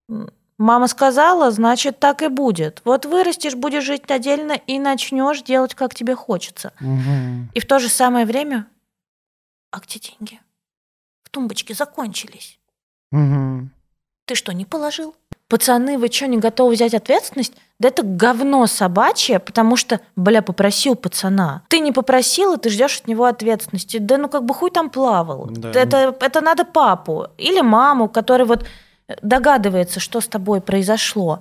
Мама сказала, значит, так и будет. Вот вырастешь, будешь жить отдельно и начнешь делать, как тебе хочется. Мгм. И в то же самое время... А где деньги? В тумбочке закончились. Мгм. Ты что, не положил? Пацаны, вы что, не готовы взять ответственность? Да это говно собачье, потому что, попросил пацана. Ты не попросил, и ты ждешь от него ответственности. Да ну как бы хуй там плавал. Да. Это надо папу или маму, который вот догадывается, что с тобой произошло.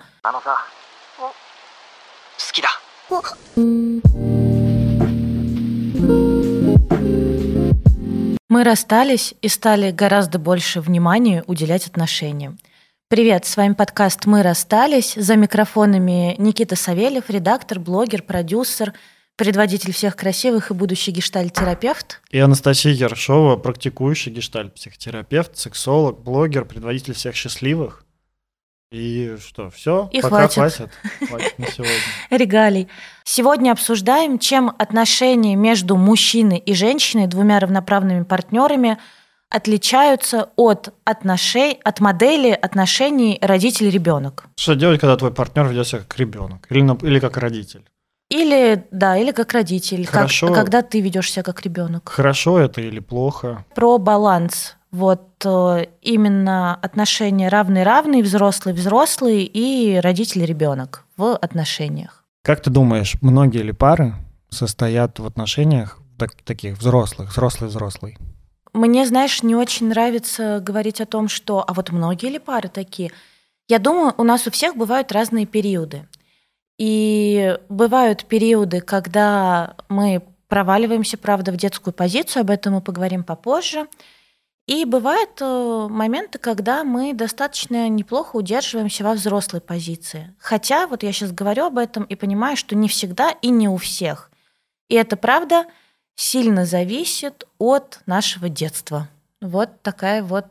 Мы расстались и стали гораздо больше внимания уделять отношениям. Привет, с вами подкаст «Мы расстались». За микрофонами Никита Савельев, редактор, блогер, продюсер, предводитель всех красивых и будущий гештальт-терапевт. И Анастасия Ершова, практикующий гештальт-психотерапевт, сексолог, блогер, предводитель всех счастливых. И что, все? И пока хватит. Хватит на сегодня. Регалий. Сегодня обсуждаем, чем отношения между мужчиной и женщиной, двумя равноправными партнерами, отличаются от модели отношений родитель-ребенок. Что делать, когда твой партнер ведет себя как ребенок или как родитель? Или как родитель, Хорошо. когда ты ведешь себя как ребенок. Хорошо это или плохо? Про баланс. Именно отношения равный-равный, взрослый-взрослый и родитель-ребенок в отношениях. Как ты думаешь, многие ли пары состоят в отношениях таких взрослый-взрослый? Мне, знаешь, не очень нравится говорить о том, что... А вот многие ли пары такие? Я думаю, у нас у всех бывают разные периоды. И бывают периоды, когда мы проваливаемся, правда, в детскую позицию, об этом мы поговорим попозже. И бывают моменты, когда мы достаточно неплохо удерживаемся во взрослой позиции. Хотя вот я сейчас говорю об этом и понимаю, что не всегда и не у всех. И это, правда, сильно зависит от нашего детства. Вот такая вот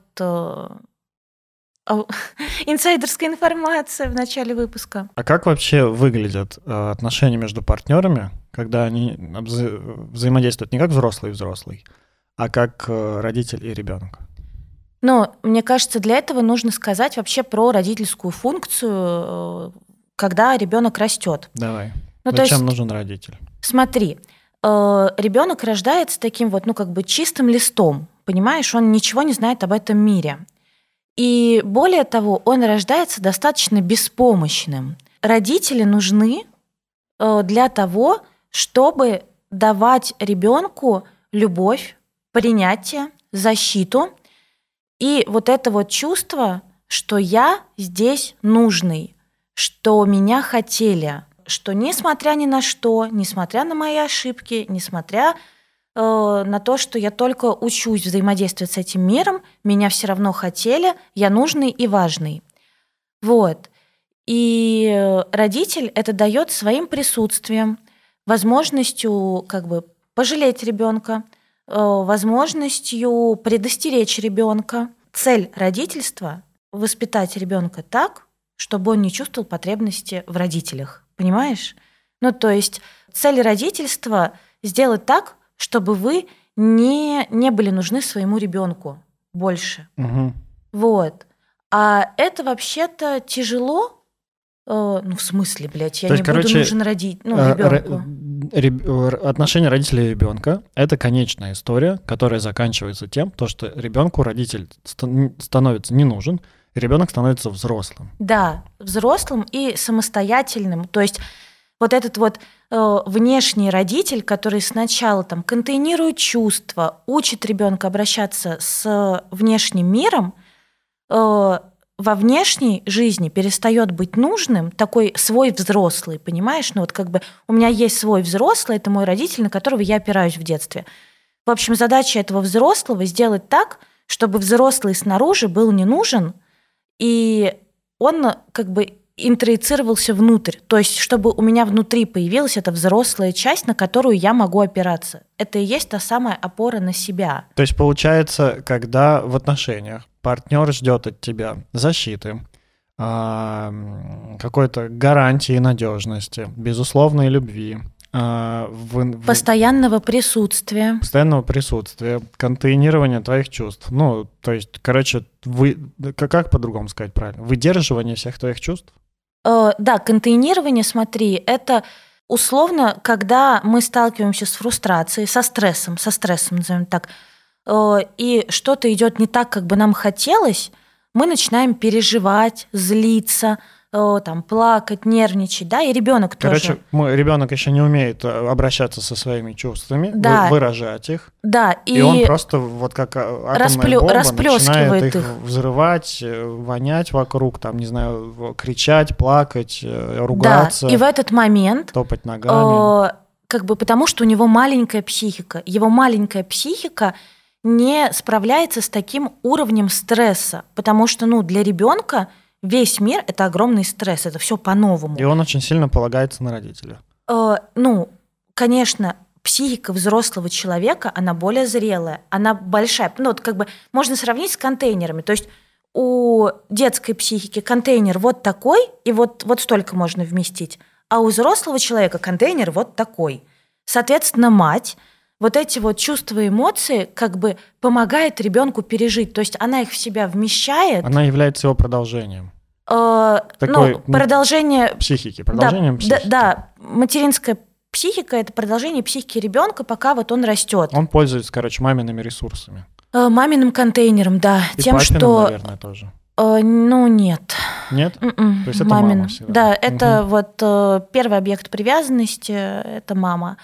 инсайдерская информация в начале выпуска. А как вообще выглядят отношения между партнерами, когда они взаимодействуют не как взрослый, а как родитель и ребенок? Мне кажется, для этого нужно сказать вообще про родительскую функцию, когда ребенок растет. Давай. Зачем нужен родитель? Смотри, ребенок рождается таким чистым листом, понимаешь, он ничего не знает об этом мире. И более того, он рождается достаточно беспомощным. Родители нужны для того, чтобы давать ребенку любовь, принятие, защиту и вот это вот чувство, что я здесь нужный, что меня хотели, что несмотря ни на что, несмотря на мои ошибки, несмотря на то, что я только учусь взаимодействовать с этим миром, меня все равно хотели, я нужный и важный. Вот. И родитель это дает своим присутствием, возможностью пожалеть ребенка, возможностью предостеречь ребенка. Цель родительства – воспитать ребенка так, чтобы он не чувствовал потребности в родителях. Понимаешь? То есть цель родительства – сделать так, чтобы вы не были нужны своему ребенку больше. Угу. Вот. А это вообще-то тяжело. В смысле, я не буду нужен ребенку. Отношения родителя и ребенка – это конечная история, которая заканчивается тем, что ребенку родитель становится не нужен, и ребенок становится взрослым. Да, взрослым и самостоятельным. То есть вот этот внешний родитель, который сначала контейнирует чувства, учит ребенка обращаться с внешним миром, во внешней жизни перестает быть нужным такой свой взрослый, понимаешь? У меня есть свой взрослый, это мой родитель, на которого я опираюсь в детстве. В общем, задача этого взрослого сделать так, чтобы взрослый снаружи был не нужен, и он интроицировался внутрь. То есть, чтобы у меня внутри появилась эта взрослая часть, на которую я могу опираться. Это и есть та самая опора на себя. То есть, получается, когда в отношениях партнер ждет от тебя защиты, какой-то гарантии надежности, безусловной любви, Постоянного присутствия. Постоянного присутствия, контейнирования твоих чувств. Ну, то есть, короче, как по-другому сказать правильно? Выдерживание всех твоих чувств? Да, контейнирование, смотри, это условно, когда мы сталкиваемся с фрустрацией, со стрессом, назовем так, и что-то идет не так, как бы нам хотелось, мы начинаем переживать, злиться, там, плакать, нервничать, да, и ребенок тоже. Короче, ребенок еще не умеет обращаться со своими чувствами, да. Выражать их. Да, и он просто вот как атомная бомба начинает их взрывать, вонять вокруг, там, не знаю, кричать, плакать, ругаться. Да, и в этот момент топать ногами. Как бы потому, что у него маленькая психика. Его маленькая психика не справляется с таким уровнем стресса, потому что, для ребенка весь мир — это огромный стресс, это все по-новому. И он очень сильно полагается на родителя. Конечно, психика взрослого человека, она более зрелая, она большая. Как бы можно сравнить с контейнерами. То есть у детской психики контейнер вот такой, и вот столько можно вместить, а у взрослого человека контейнер вот такой. Соответственно, мать вот эти вот чувства и эмоции как бы помогает ребенку пережить. То есть она их в себя вмещает. Она является его продолжением. Продолжение психики. Продолжением психики. Да, материнская психика — это продолжение психики ребенка, пока вот он растет. Он пользуется, мамиными ресурсами. Маминым контейнером, да. И тем, папиным, что, наверное, тоже. Нет. Нет? То есть это мамин. Мама всегда. Да, это вот первый объект привязанности, это мама.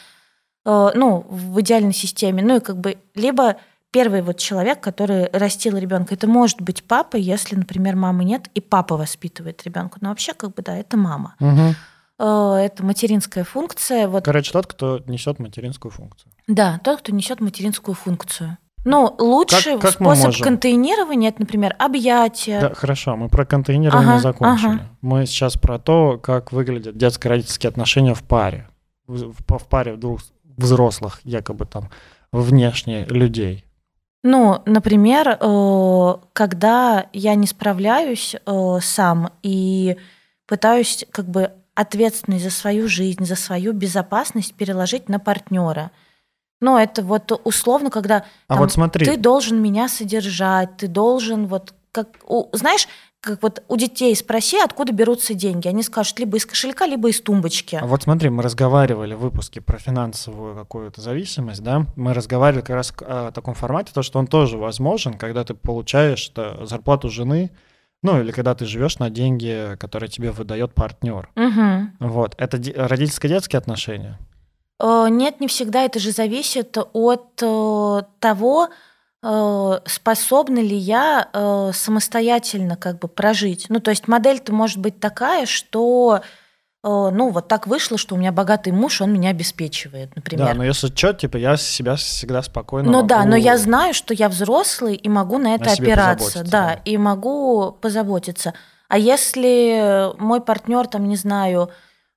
В идеальной системе. И как бы либо первый вот человек, который растил ребенка, это может быть папа, если, например, мамы нет, и папа воспитывает ребенка. Но вообще, как бы, да, это мама. Это материнская функция. Короче, тот, кто несет материнскую функцию. Да, тот, кто несет материнскую функцию. Лучший способ контейнирования — это, например, объятия. Да, хорошо, мы про контейнирование закончили. Мы сейчас про то, как выглядят детско-родительские отношения в паре. В паре взрослых, якобы там, внешне людей. Например, когда я не справляюсь сам и пытаюсь как бы ответственность за свою жизнь, за свою безопасность переложить на партнера. Это вот условно, когда вот смотри. Ты должен меня содержать, ты должен знаешь, как вот у детей спроси, откуда берутся деньги. Они скажут либо из кошелька, либо из тумбочки. А вот смотри, мы разговаривали в выпуске про финансовую какую-то зависимость, да? Мы разговаривали как раз о таком формате, то, что он тоже возможен, когда ты получаешь зарплату жены, или когда ты живешь на деньги, которые тебе выдает партнер. Вот. Это родительско-детские отношения? Нет, не всегда. Это же зависит от того, способна ли я самостоятельно как бы прожить. То есть модель-то может быть такая, что вот так вышло, что у меня богатый муж, он меня обеспечивает, например. Да, но если что, я себя всегда спокойно могу... но я знаю, что я взрослый и могу на это опираться. Да, и могу позаботиться. А если мой партнер, там, не знаю,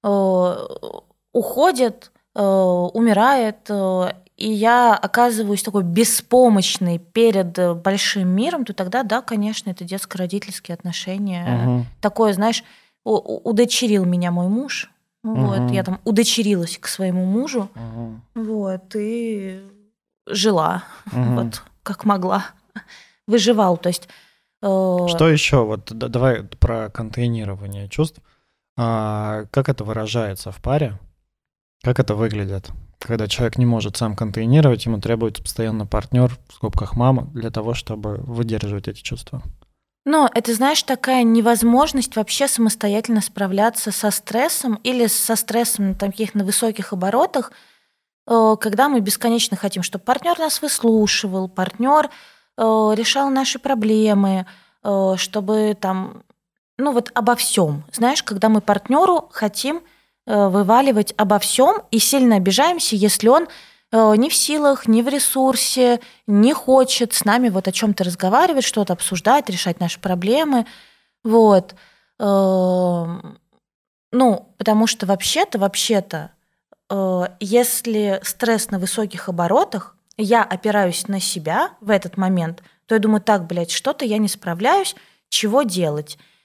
уходит, умирает, и я оказываюсь такой беспомощной перед большим миром, то тогда, да, конечно, это детско-родительские отношения. Такое, знаешь, удочерил меня мой муж. Вот, я там удочерилась к своему мужу, вот, и жила, вот, как могла. Выживал, то есть... Что еще? Вот давай про контейнирование чувств. Как это выражается в паре? Как это выглядит? Когда человек не может сам контейнировать, ему требуется постоянно партнер, в скобках мама, для того, чтобы выдерживать эти чувства. Это, знаешь, такая невозможность вообще самостоятельно справляться со стрессом или со стрессом на таких на высоких оборотах, когда мы бесконечно хотим, чтобы партнер нас выслушивал, партнер решал наши проблемы, чтобы там, обо всем. Знаешь, когда мы партнеру хотим вываливать обо всем и сильно обижаемся, если он не в силах, не в ресурсе, не хочет с нами вот о чем-то разговаривать, что-то обсуждать, решать наши проблемы. Вот. Потому что вообще-то, если стресс на высоких оборотах, я опираюсь на себя в этот момент, то я думаю, так, что-то я не справляюсь, чего делать?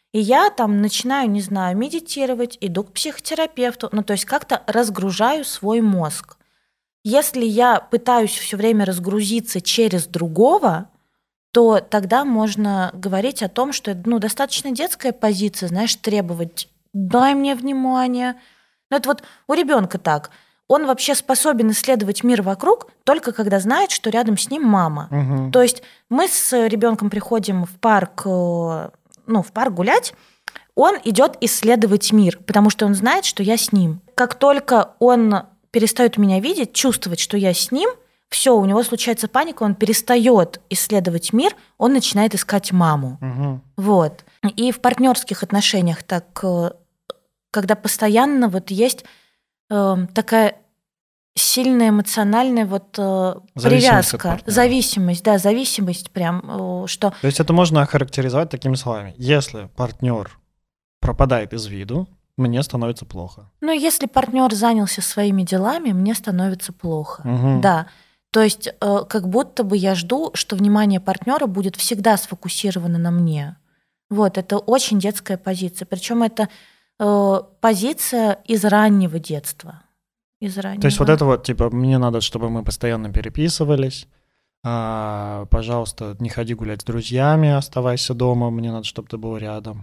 И я там начинаю, не знаю, медитировать, иду к психотерапевту, ну то есть как-то разгружаю свой мозг. Если я пытаюсь все время разгрузиться через другого, то тогда можно говорить о том, что это достаточно детская позиция, знаешь, требовать «дай мне внимание». Но это вот у ребенка так. Он вообще способен исследовать мир вокруг только когда знает, что рядом с ним мама. Мгм. То есть мы с ребенком приходим в парк, в парк гулять, он идет исследовать мир, потому что он знает, что я с ним. Как только он перестает меня видеть, чувствовать, что я с ним, все, у него случается паника, он перестает исследовать мир, он начинает искать маму. Мгм. Вот. И в партнерских отношениях так, когда постоянно вот есть такая сильная эмоциональная Зависимость от привязка, партнера. зависимость прям, что То есть это можно охарактеризовать такими словами. Если партнер пропадает из виду, мне становится плохо. если партнер занялся своими делами, мне становится плохо. Мгм. Да. То есть как будто бы я жду, что внимание партнера будет всегда сфокусировано на мне. Вот, это очень детская позиция. Причем это позиция из раннего детства. Из раннего. То есть вот это вот, типа, мне надо, чтобы мы постоянно переписывались. Пожалуйста, не ходи гулять с друзьями, оставайся дома, мне надо, чтобы ты был рядом.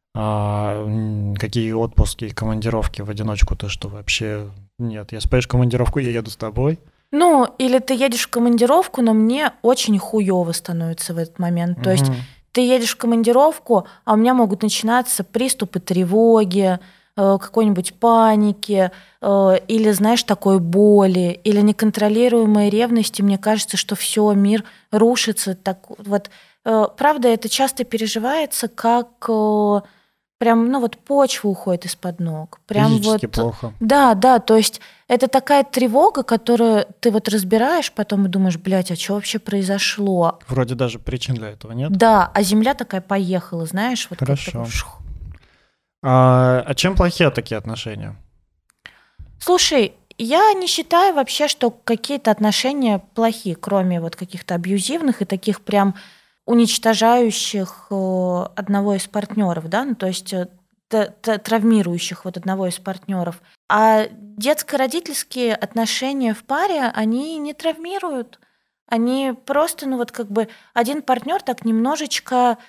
Какие отпуски и командировки в одиночку, ты что вообще? Нет, я споешь командировку, я еду с тобой. Или ты едешь в командировку, но мне очень хуёво становится в этот момент. То есть Мгм. ты едешь в командировку, а у меня могут начинаться приступы тревоги, какой-нибудь паники, или, знаешь, такой боли, или неконтролируемой ревности. Мне кажется, что все, мир рушится. Так вот, правда, это часто переживается как прям, почва уходит из-под ног. Прям Физически вот, плохо. да, то есть это такая тревога, которую ты вот разбираешь потом и думаешь, блядь, а что вообще произошло? Вроде даже причин для этого нет. Да, а земля такая поехала, знаешь, вот как Хорошо. такой шух. А чем плохие такие отношения? Слушай, я не считаю вообще, что какие-то отношения плохие, кроме вот каких-то абьюзивных и таких прям уничтожающих одного из партнеров, да, то есть травмирующих вот одного из партнеров. А детско-родительские отношения в паре, они не травмируют. Они просто, один партнер так немножечко,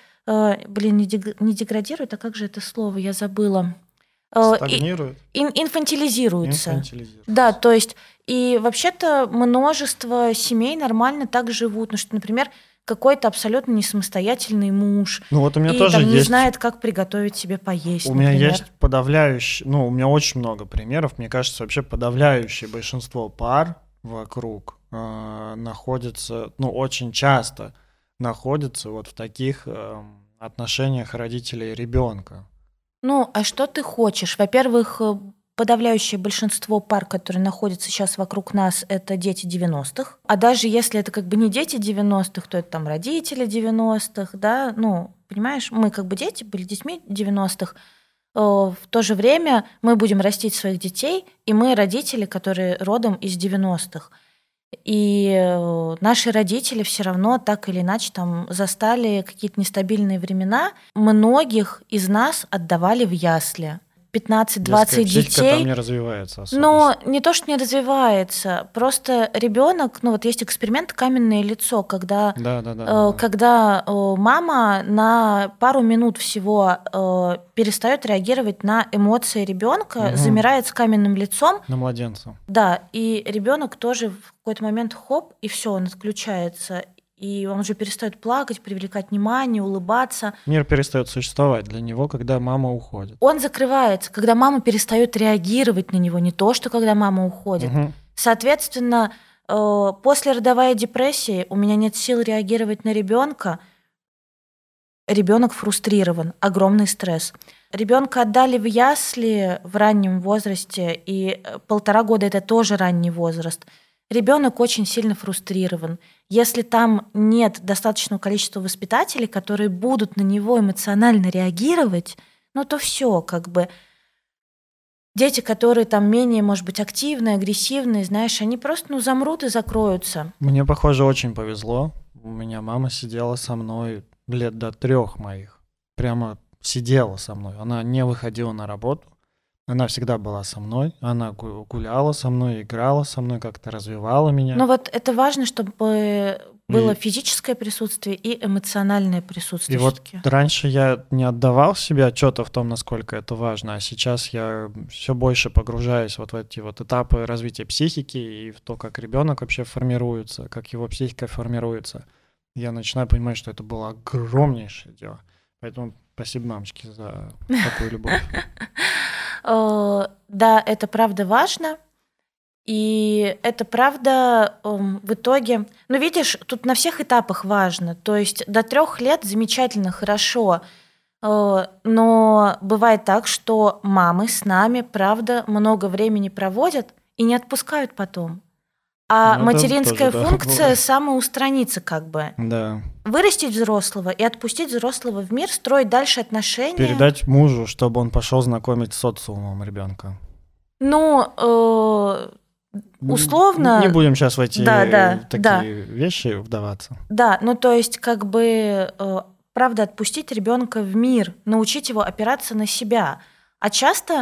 не деградирует, а как же это слово, я забыла. Стагнируют? Инфантилизируются. Инфантилизируют. Да, то есть, и вообще-то множество семей нормально так живут. Ну, что, например, какой-то абсолютно не самостоятельный муж. Ну вот у меня и тоже там не есть... знает, как приготовить себе поесть, У меня например. есть подавляющий... у меня очень много примеров. Мне кажется, вообще подавляющее большинство пар вокруг находится, очень часто находятся вот в таких отношениях родителей и ребенка. А что ты хочешь? Во-первых, подавляющее большинство пар, которые находятся сейчас вокруг нас, это дети 90-х. А даже если это не дети 90-х, то это там родители 90-х, да? Понимаешь, мы дети были детьми 90-х. В то же время мы будем растить своих детей, и мы родители, которые родом из 90-х. И наши родители все равно так или иначе там застали какие-то нестабильные времена. Многих из нас отдавали в ясли. 15-20 Психика детей. там не развивается особо. Но не то, что не развивается, просто ребенок, есть эксперимент «Каменное лицо», когда мама на пару минут всего перестает реагировать на эмоции ребенка, замирает с каменным лицом. На младенца. Да, и ребенок тоже в какой-то момент хоп, и все, он отключается. И он уже перестает плакать, привлекать внимание, улыбаться. Мир перестает существовать для него, когда мама уходит. Он закрывается, когда мама перестает реагировать на него, не то, что когда мама уходит. Соответственно, послеродовая депрессия, у меня нет сил реагировать на ребенка. Ребенок фрустрирован, огромный стресс. Ребенка отдали в ясли в раннем возрасте, и 1,5 года это тоже ранний возраст. Ребенок очень сильно фрустрирован. Если там нет достаточного количества воспитателей, которые будут на него эмоционально реагировать, то все, Дети, которые там менее, может быть, активные, агрессивные, знаешь, они просто, замрут и закроются. Мне, похоже, очень повезло. У меня мама сидела со мной лет до 3 моих. Прямо сидела со мной, она не выходила на работу, она всегда была со мной, она гуляла со мной, играла со мной, как-то развивала меня. Но вот это важно, чтобы было И- физическое присутствие и эмоциональное присутствие. И вот всё-таки. раньше я не отдавал себе отчета в том, насколько это важно, а сейчас я все больше погружаюсь вот в эти вот этапы развития психики и в то, как ребенок вообще формируется, как его психика формируется. Я начинаю понимать, что это было огромнейшее дело. Поэтому спасибо мамочке за такую любовь. Да, это правда важно. И это правда в итоге... Ну, видишь, тут на всех этапах важно. То есть до 3 лет замечательно, хорошо. Но бывает так, что мамы с нами, правда, много времени проводят и не отпускают потом. А Ну, это материнская тоже, да, функция бывает. самоустраниться как бы. Да. Вырастить взрослого и отпустить взрослого в мир, строить дальше отношения. Передать мужу, чтобы он пошел знакомить с социумом ребенка. Ну, условно... Не будем сейчас в эти Да, такие вещи вдаваться. Да, ну то есть как бы правда отпустить ребенка в мир, научить его опираться на себя. А часто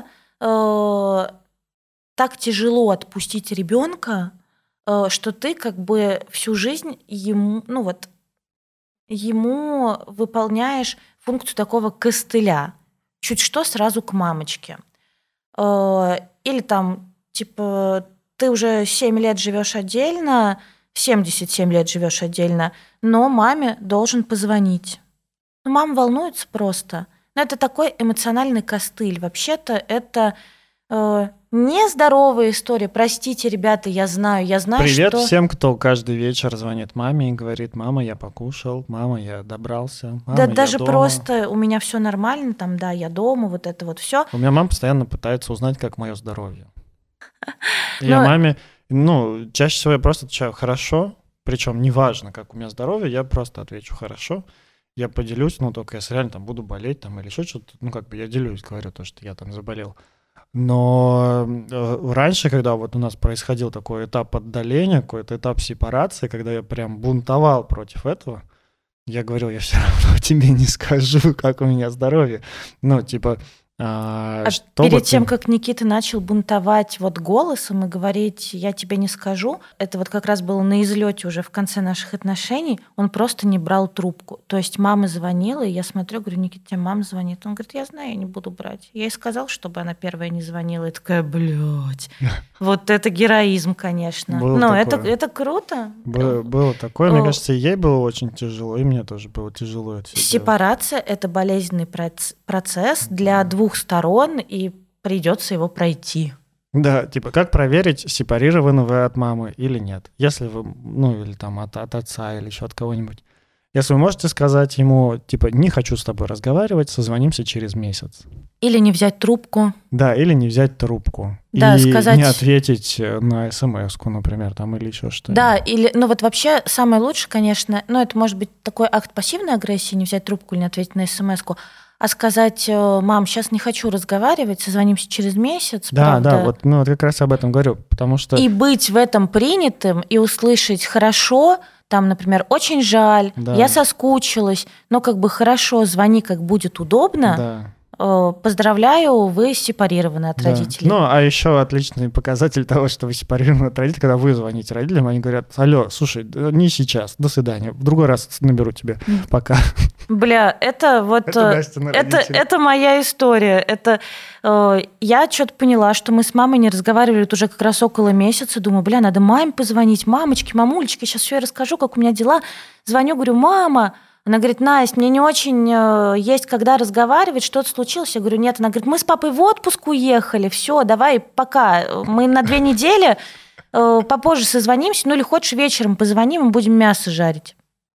так тяжело отпустить ребенка, что ты как бы всю жизнь ему, ну вот, ему выполняешь функцию такого костыля. Чуть что сразу к мамочке. Или там, типа, ты уже 7 лет живешь отдельно, 77 лет живешь отдельно, но маме должен позвонить. Ну, мама волнуется просто. Но это такой эмоциональный костыль. Вообще-то это нездоровая история. Простите, ребята, я знаю, Привет что... всем, кто каждый вечер звонит маме и говорит: мама, я покушал, мама, я добрался, мама, Да я даже дома. просто у меня все нормально, там, да, я дома, вот это вот все. У меня мама постоянно пытается узнать, как мое здоровье. Я Но- маме, чаще всего я просто отвечаю хорошо, причем неважно, как у меня здоровье, я просто отвечу хорошо. Я поделюсь, только если реально там буду болеть там или еще что-то, я делюсь, говорю то, что я там заболел. Но раньше, когда вот у нас происходил такой этап отдаления, какой-то этап сепарации, когда я прям бунтовал против этого, я говорил: я все равно тебе не скажу, как у меня здоровье. Перед тем, как Никита начал бунтовать вот голосом и говорить: я тебе не скажу, это вот как раз было на излете уже в конце наших отношений, он просто не брал трубку. То есть мама звонила, и я смотрю, говорю: Никита, тебе мама звонит. Он говорит: я знаю, я не буду брать. Я ей сказал, чтобы она первая не звонила. Я такая: блядь, вот это героизм, конечно. Было Но такое. это круто. Было такое, мне кажется, и ей было очень тяжело, и мне тоже было тяжело это всё делать. Сепарация — это болезненный процесс для двух сторон, и придется его пройти. Да, как проверить, сепарированы вы от мамы или нет? Если вы, или там от отца, или еще от кого-нибудь. Если вы можете сказать ему, не хочу с тобой разговаривать, созвонимся через месяц. Или не взять трубку. Да, или не взять трубку. Да, и сказать... не ответить на смс-ку, например, там, или еще что-то. Да, или, вот вообще самое лучшее, конечно, это может быть такой акт пассивной агрессии, не взять трубку или не ответить на смс-ку, а сказать: мам, сейчас не хочу разговаривать, созвонимся через месяц. Да, правда. да, вот как раз об этом говорю, потому что... И быть в этом принятым, и услышать: хорошо, там, например, очень жаль, Да. я соскучилась, но хорошо, звони, как будет удобно. Да. Поздравляю, вы сепарированы от Да. родителей. А еще отличный показатель того, что вы сепарированы от родителей, когда вы звоните родителям, они говорят: алло, слушай, не сейчас, до свидания, в другой раз наберу тебе, пока. Бля, это вот... Это Настины родители. Это моя история. Это я что-то поняла, что мы с мамой не разговаривали вот уже как раз около месяца. Думаю: надо маме позвонить, мамочке, мамулечке, сейчас все я расскажу, как у меня дела. Звоню, говорю: мама. Она говорит: Настя, мне не очень есть когда разговаривать, что-то случилось. Я говорю: нет. Она говорит: мы с папой в отпуск уехали, все, давай пока. Мы на 2 недели попозже созвонимся, или хочешь вечером позвоним и будем мясо жарить.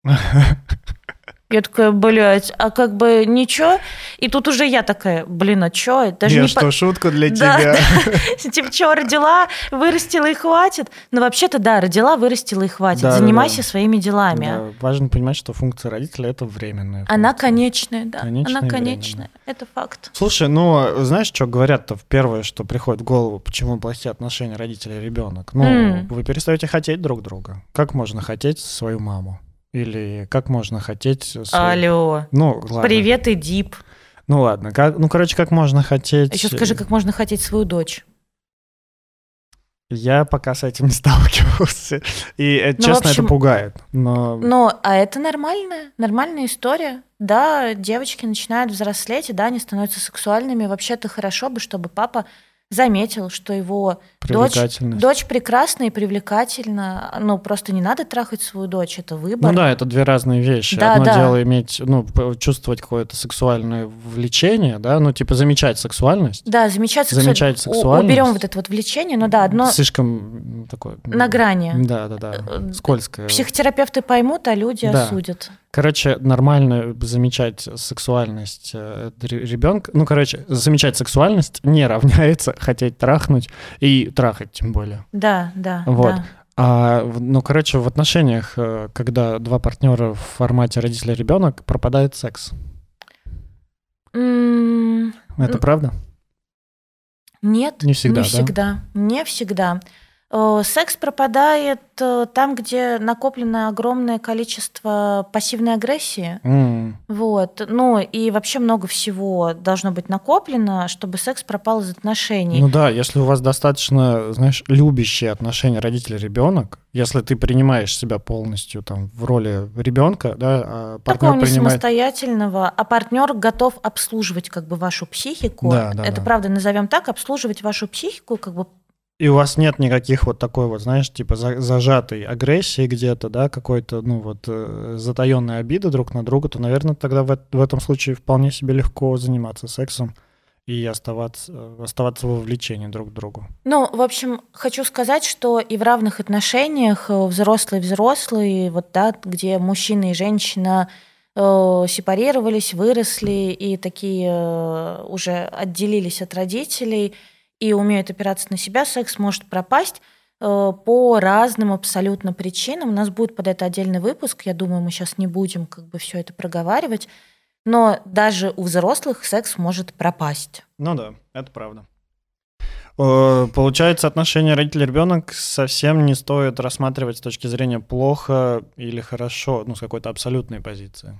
Я такая: блядь, а ничего? И тут уже я такая: а чё? Даже Я что, шутку для тебя? Чё, родила, вырастила и хватит? Вообще-то, да, родила, вырастила и хватит. Занимайся своими делами. Да, важно понимать, что функция родителя — это временная. Она конечная, да. Конечная Она и конечная. временная. Это факт. Слушай, знаешь, что говорят-то первое, что приходит в голову, почему плохие отношения родителей и ребенок? Вы перестаете хотеть друг друга. Как можно хотеть свою маму? Или как можно хотеть... Алло. Ладно. Привет, Эдип. Ну ладно, как можно хотеть... Еще скажи, как можно хотеть свою дочь. Я пока с этим не сталкивался. И, честно, это пугает. А это нормальная история. Да, девочки начинают взрослеть, и да, они становятся сексуальными. Вообще-то хорошо бы, чтобы папа заметил, что его дочь прекрасна и привлекательна. Просто не надо трахать свою дочь, это выбор. Ну да, это две разные вещи. Да, Одно да. дело иметь, чувствовать какое-то сексуальное влечение, да, замечать сексуальность. Да, замечать сексуальность. Уберем вот это вот влечение, но да, одно... Слишком такое... На грани. Да, скользкое. Психотерапевты поймут, а люди осудят. Короче, нормально замечать сексуальность ребенка. Замечать сексуальность не равняется хотеть трахнуть и трахать тем более. Да. Вот. Да. В отношениях, когда два партнера в формате родитель-ребенок, пропадает секс. Это правда? Нет, не всегда. Не всегда. Секс пропадает там, где накоплено огромное количество пассивной агрессии. Вот. И вообще много всего должно быть накоплено, чтобы секс пропал из отношений. Ну да, если у вас достаточно, любящие отношения родитель-ребенок, если ты принимаешь себя полностью там в роли ребенка, да, а партнер такого не самостоятельного, а партнер готов обслуживать вашу психику. Да, правда, назовем так, обслуживать вашу психику И у вас нет никаких такой зажатой агрессии где-то, да, какой-то, затаённой обиды друг на друга, то, наверное, тогда в этом случае вполне себе легко заниматься сексом и оставаться во влечении друг к другу. В общем, хочу сказать, что и в равных отношениях взрослый, где мужчина и женщина сепарировались, выросли и такие уже отделились от родителей и умеют опираться на себя, секс может пропасть по разным абсолютно причинам. У нас будет под это отдельный выпуск, я думаю, мы сейчас не будем все это проговаривать, но даже у взрослых секс может пропасть. Ну да, это правда. Получается, отношения родитель-ребенок совсем не стоит рассматривать с точки зрения плохо или хорошо, с какой-то абсолютной позиции.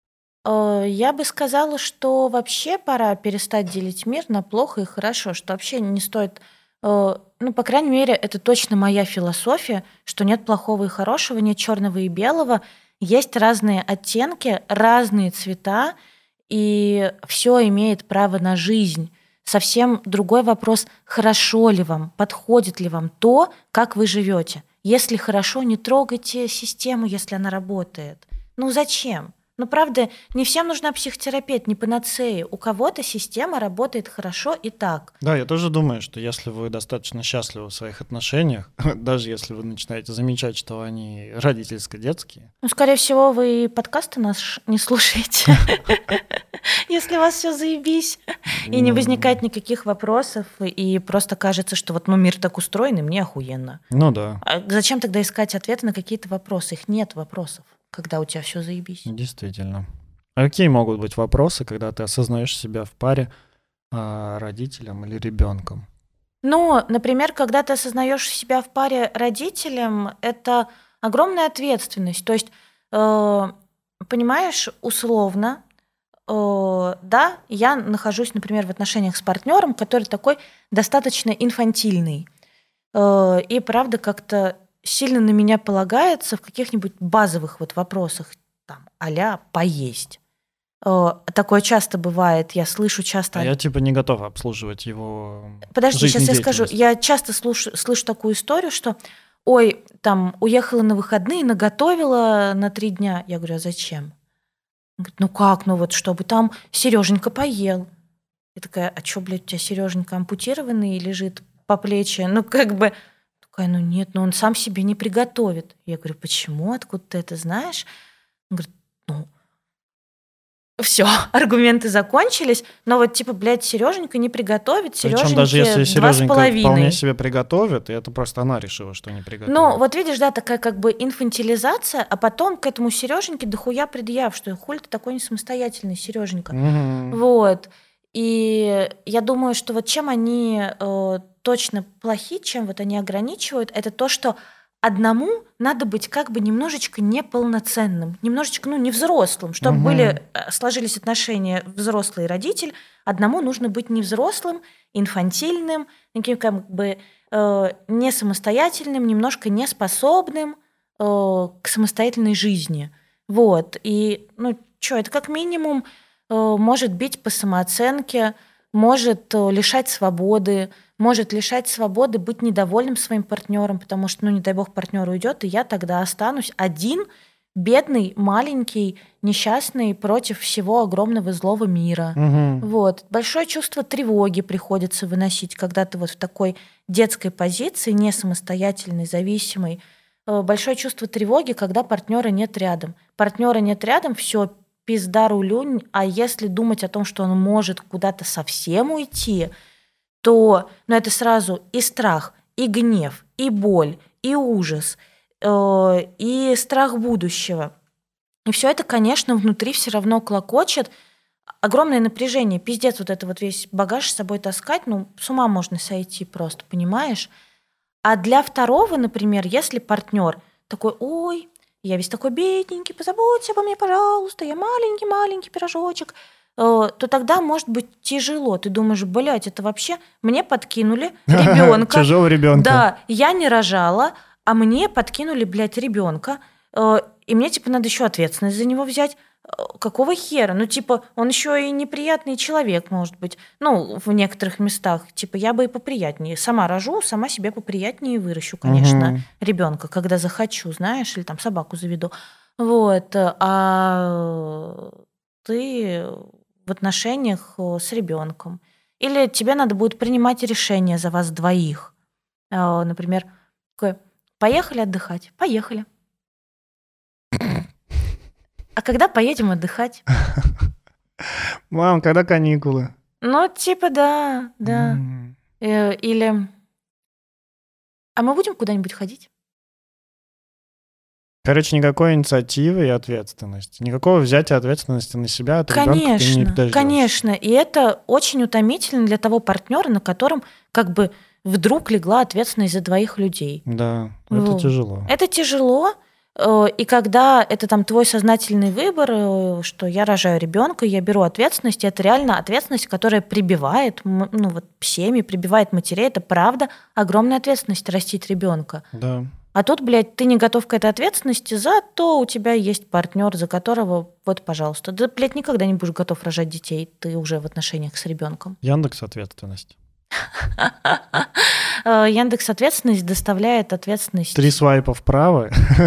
Я бы сказала, что вообще пора перестать делить мир на плохо и хорошо, что вообще не стоит, по крайней мере, это точно моя философия, что нет плохого и хорошего, нет черного и белого, есть разные оттенки, разные цвета, и все имеет право на жизнь. Совсем другой вопрос, хорошо ли вам, подходит ли вам то, как вы живете. Если хорошо, не трогайте систему, если она работает. Зачем? Правда, не всем нужна психотерапия, не панацея. У кого-то система работает хорошо и так. Да, я тоже думаю, что если вы достаточно счастливы в своих отношениях, даже если вы начинаете замечать, что они родительско-детские. Скорее всего, вы подкасты нас не слушаете, если у вас все заебись, и не возникает никаких вопросов, и просто кажется, что мир так устроен, и мне охуенно. Ну да. А зачем тогда искать ответы на какие-то вопросы? Их нет вопросов, когда у тебя все заебись. Действительно. А какие могут быть вопросы, когда ты осознаешь себя в паре родителем или ребенком? Например, когда ты осознаешь себя в паре родителем, это огромная ответственность. То есть, понимаешь, условно, да, я нахожусь, например, в отношениях с партнером, который такой достаточно инфантильный. И правда как-то сильно на меня полагается в каких-нибудь базовых вопросах, а-ля поесть. Такое часто бывает, я слышу часто... А я не готова обслуживать его. Подожди, сейчас я скажу. Я часто слышу такую историю, что ой, уехала на выходные, наготовила на 3 дня. Я говорю, а зачем? Он говорит, чтобы Сереженька поел. Я такая, а что, блядь, у тебя Сереженька ампутированный лежит по плечи? Такая, нет, он сам себе не приготовит. Я говорю, почему? Откуда ты это знаешь? Он говорит, все, аргументы закончились, но Сереженька не приготовит, Причем даже если 2,5. Сереженька вполне себе приготовит, и это просто она решила, что не приготовит. Видишь, да, такая инфантилизация, а потом к этому Сереженьке дохуя предъяв, что хули ты такой не самостоятельный, Сереженька. Угу. Вот. И я думаю, что чем они точно плохи, чем они ограничивают, это то, что одному надо быть как бы немножечко неполноценным, немножечко, не взрослым, чтобы сложились отношения взрослый и родитель. Одному нужно быть не взрослым, инфантильным, таким как бы не самостоятельным, немножко неспособным к самостоятельной жизни. Вот. И, это как минимум может бить по самооценке, может лишать свободы быть недовольным своим партнером, потому что, не дай бог, партнер уйдет, и я тогда останусь один, бедный, маленький, несчастный против всего огромного злого мира. Вот. Большое чувство тревоги приходится выносить, когда ты вот в такой детской позиции, не самостоятельной, зависимой. Большое чувство тревоги, когда партнера нет рядом. Партнера нет рядом, все, пизда рулю, а если думать о том, что он может куда-то совсем уйти, то это сразу и страх, и гнев, и боль, и ужас, и страх будущего. И все это, конечно, внутри все равно клокочет. Огромное напряжение, пиздец, вот это вот весь багаж с собой таскать, с ума можно сойти просто, понимаешь? А для второго, например, если партнер такой: ой, я весь такой бедненький, позаботься обо мне, пожалуйста, я маленький пирожочек, то тогда может быть тяжело. Ты думаешь, блядь, это вообще мне подкинули ребенка. Чужого ребенка. Да, я не рожала, а мне подкинули, блядь, ребенка, и мне надо еще ответственность за него взять. Какого хера? Он еще и неприятный человек, может быть. В некоторых местах. Я бы и поприятнее. Сама рожу, сама себе поприятнее выращу, конечно, ребенка, когда захочу, знаешь, или собаку заведу. Вот. А ты в отношениях с ребенком. Или тебе надо будет принимать решение за вас двоих. Например, такое: поехали отдыхать? Поехали. А когда поедем отдыхать? Мам, когда каникулы? Да. Или: а мы будем куда-нибудь ходить? Короче, никакой инициативы и ответственности. Никакого взятия ответственности на себя от ребенка ты не дождёшься. Конечно. И это очень утомительно для того партнера, на котором как бы вдруг легла ответственность за двоих людей. Да, это тяжело. Это тяжело. И когда это твой сознательный выбор, что я рожаю ребенка, я беру ответственность, это реально ответственность, которая прибивает, семьи, прибивает матерей. Это правда огромная ответственность растить ребенка. Да. А тут, блядь, ты не готов к этой ответственности, зато у тебя есть партнер, за которого, пожалуйста. Да, блядь, никогда не будешь готов рожать детей, ты уже в отношениях с ребенком. Яндекс ответственность. Яндекс ответственность доставляет ответственность. 3 свайпа вправо.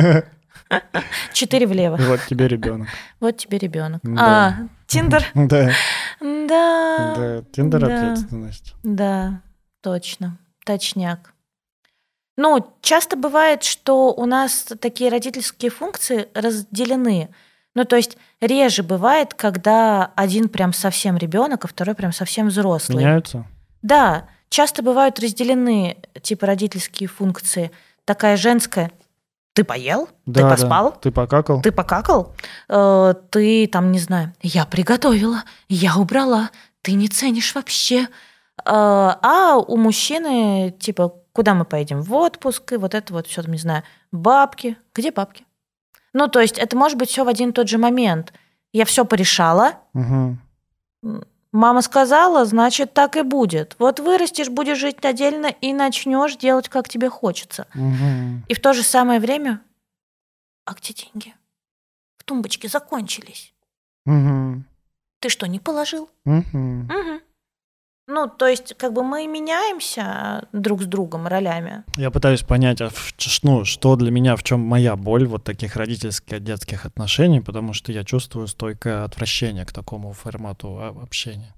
4 влево. Вот тебе ребенок. Вот тебе ребенок. Да. Тиндер. Да. Да. Тиндер ответственность. Да, точно. Точняк. Часто бывает, что у нас такие родительские функции разделены. То есть реже бывает, когда один прям совсем ребенок, а второй прям совсем взрослый. Меняются? Да, часто бывают разделены родительские функции. Такая женская: ты поел? Да, ты поспал? Да. Ты покакал? Ты покакал? Ты не знаю, я приготовила, я убрала, ты не ценишь вообще. А у мужчины куда мы поедем? В отпуск, и вот это вот все не знаю. Бабки. Где бабки? То есть это может быть все в один и тот же момент. Я все порешала. Угу. Мама сказала, значит, так и будет. Вот вырастешь, будешь жить отдельно и начнешь делать, как тебе хочется. Угу. И в то же самое время: а где деньги? В тумбочке закончились. Угу. Ты что, не положил? Угу. Угу. То есть, мы меняемся друг с другом ролями. Я пытаюсь понять, что для меня, в чем моя боль вот таких родительских, детских отношений, потому что я чувствую стойкое отвращение к такому формату общения.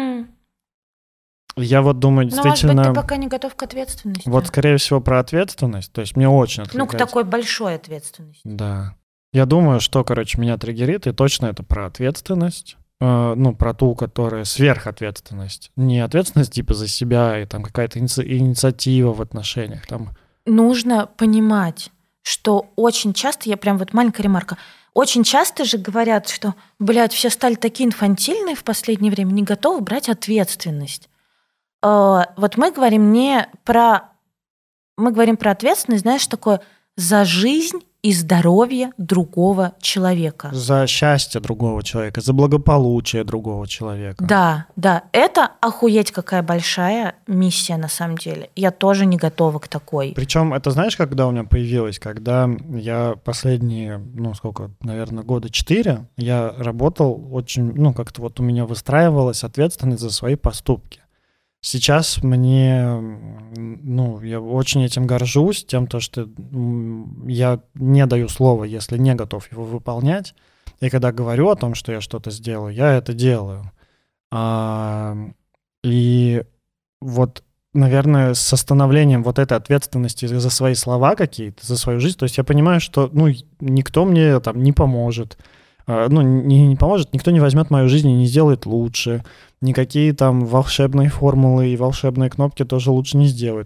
Я думаю, действительно... может быть, ты пока не готов к ответственности. Вот, скорее всего, про ответственность. То есть мне очень отвлекается. К такой большой ответственности. Да. Я думаю, что, меня триггерит, и точно это про ответственность. Про ту, которая сверхответственность. Не ответственность за себя и какая-то инициатива в отношениях. Нужно понимать, что очень часто, я прям маленькая ремарка, очень часто же говорят, что, блядь, все стали такие инфантильные в последнее время, не готовы брать ответственность. Мы говорим про ответственность, знаешь, такое за жизнь и здоровье другого человека. За счастье другого человека, за благополучие другого человека. Да, это охуеть какая большая миссия на самом деле. Я тоже не готова к такой. Причем это знаешь, когда у меня появилось? Когда я последние, наверное, года 4, я работал очень, как-то вот у меня выстраивалась ответственность за свои поступки. Сейчас мне, я очень этим горжусь, тем, что я не даю слова, если не готов его выполнять. И когда говорю о том, что я что-то сделаю, я это делаю. И вот, наверное, с становлением вот этой ответственности за свои слова какие-то, за свою жизнь, то есть я понимаю, что, никто мне там не поможет. Не поможет, никто не возьмет мою жизнь и не сделает лучше. Никакие там волшебные формулы и волшебные кнопки тоже лучше не сделают.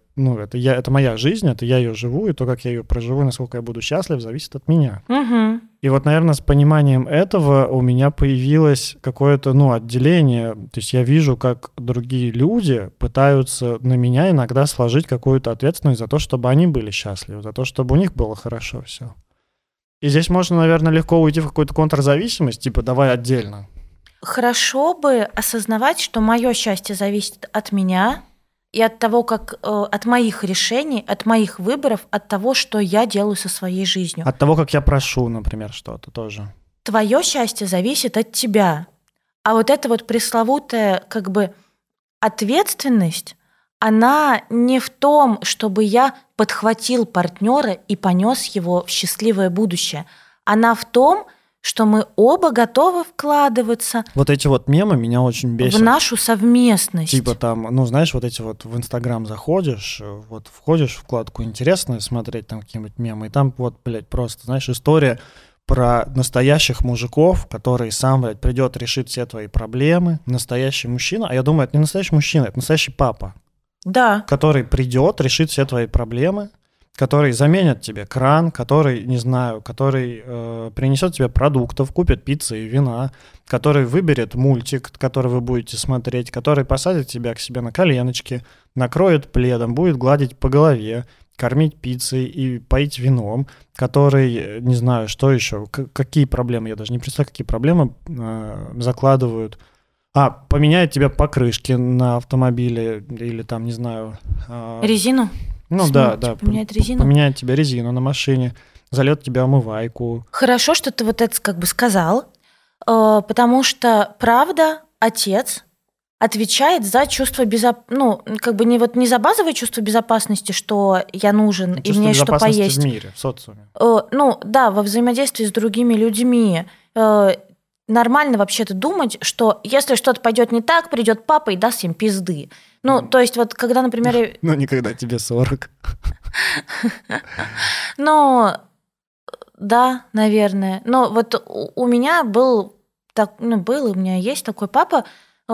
Это моя жизнь, это я ее живу, и то, как я ее проживу, насколько я буду счастлив, зависит от меня. Угу. И вот, наверное, с пониманием этого у меня появилось какое-то, отделение. То есть я вижу, как другие люди пытаются на меня иногда сложить какую-то ответственность за то, чтобы они были счастливы, за то, чтобы у них было хорошо все. И здесь можно, наверное, легко уйти в какую-то контрзависимость, типа давай отдельно. Хорошо бы осознавать, что мое счастье зависит от меня и от того, от моих решений, от моих выборов, от того, что я делаю со своей жизнью. От того, как я прошу, например, что-то тоже. Твое счастье зависит от тебя. А вот эта вот пресловутая ответственность, она не в том, чтобы я подхватил партнера и понес его в счастливое будущее. Она в том, что мы оба готовы вкладываться. Вот эти вот мемы меня очень бесят. В нашу совместность. Типа там, знаешь, вот эти вот в Инстаграм заходишь, входишь в вкладку «Интересно» смотреть там какие-нибудь мемы, и там просто, знаешь, история про настоящих мужиков, который сам, придет, решит все твои проблемы. Настоящий мужчина. А я думаю, это не настоящий мужчина, это настоящий папа. Да. Который придет, решит все твои проблемы, который заменит тебе кран, который принесет тебе продуктов, купит пиццы и вина, который выберет мультик, который вы будете смотреть, который посадит тебя к себе на коленочки, накроет пледом, будет гладить по голове, кормить пиццей и поить вином, который, не знаю, что еще, какие проблемы, я даже не представляю, какие проблемы закладывают. Поменяет тебе покрышки на автомобиле или там, не знаю... Резину? Да. Поменяет резину? Поменяет тебе резину на машине, зальет тебе омывайку. Хорошо, что ты вот это сказал, потому что, правда, отец отвечает за чувство безопасности, не за базовое чувство безопасности, что я нужен, и мне что поесть. В мире, в социуме. Во взаимодействии с другими людьми. Нормально вообще-то думать, что если что-то пойдет не так, придет папа и даст им пизды. То есть вот когда, например... никогда тебе 40. Да, наверное. Но вот у меня у меня есть такой папа,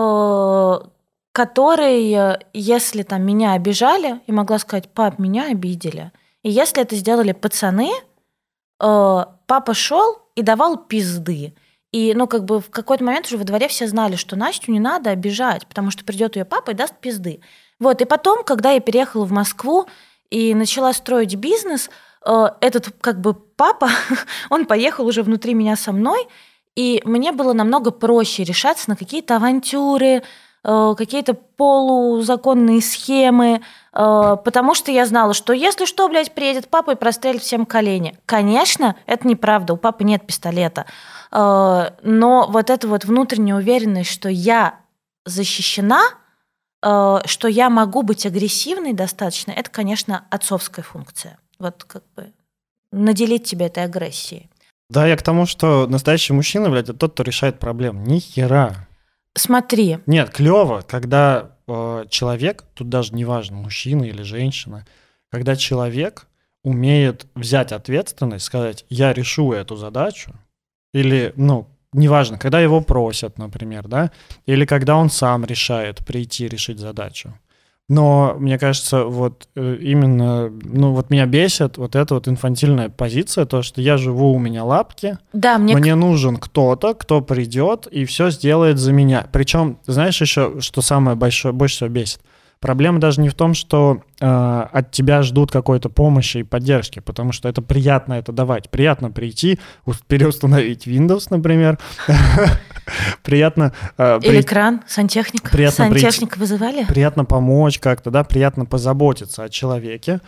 который, если там меня обижали, я могла сказать: пап, меня обидели. И если это сделали пацаны, папа шел и давал пизды. И, в какой-то момент уже во дворе все знали, что Настю не надо обижать, потому что придет ее папа и даст пизды. И потом, когда я переехала в Москву и начала строить бизнес, этот папа, он поехал уже внутри меня со мной, и мне было намного проще решаться на какие-то авантюры, какие-то полузаконные схемы, потому что я знала, что если что, приедет папа и прострелит всем колени. Конечно, это неправда, у папы нет пистолета. Но вот эта вот внутренняя уверенность, что я защищена, что я могу быть агрессивной достаточно, это, конечно, отцовская функция. Наделить тебя этой агрессией. Да, я к тому, что настоящий мужчина, это тот, кто решает проблемы. Ни хера. Смотри. Нет, клево, когда человек, тут даже не важно, мужчина или женщина, когда человек умеет взять ответственность, сказать: я решу эту задачу, или, неважно, когда его просят, например, да, или когда он сам решает прийти решить задачу. Но мне кажется, именно, меня бесит эта инфантильная позиция, то, что я живу, у меня лапки, да, мне нужен кто-то, кто придет и все сделает за меня. Причем, знаешь еще, что самое больше всего бесит? Проблема даже не в том, что от тебя ждут какой-то помощи и поддержки, потому что это приятно это давать. Приятно прийти, переустановить Windows, например. Приятно... Или кран, сантехник. Сантехника вызывали? Приятно помочь как-то, да, приятно позаботиться о человеке,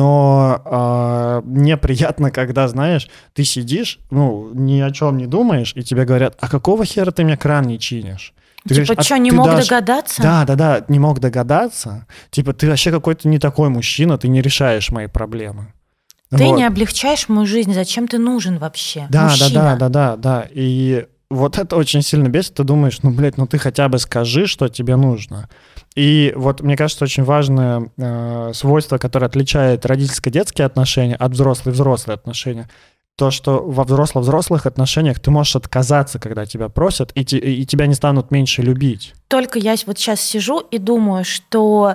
но неприятно, когда, знаешь, ты сидишь, ни о чем не думаешь, и тебе говорят, а какого хера ты мне кран не чинишь? Ты типа, говоришь, что, не мог догадаться? Да, не мог догадаться. Типа, ты вообще какой-то не такой мужчина, ты не решаешь мои проблемы. Ты не облегчаешь мою жизнь, зачем ты нужен вообще? Мужчина. Да. И вот это очень сильно бесит. Ты думаешь, ты хотя бы скажи, что тебе нужно. И вот мне кажется, очень важное свойство, которое отличает родительско-детские отношения от взрослые отношения, то, что во взрослых отношениях ты можешь отказаться, когда тебя просят, и тебя не станут меньше любить. Только я вот сейчас сижу и думаю, что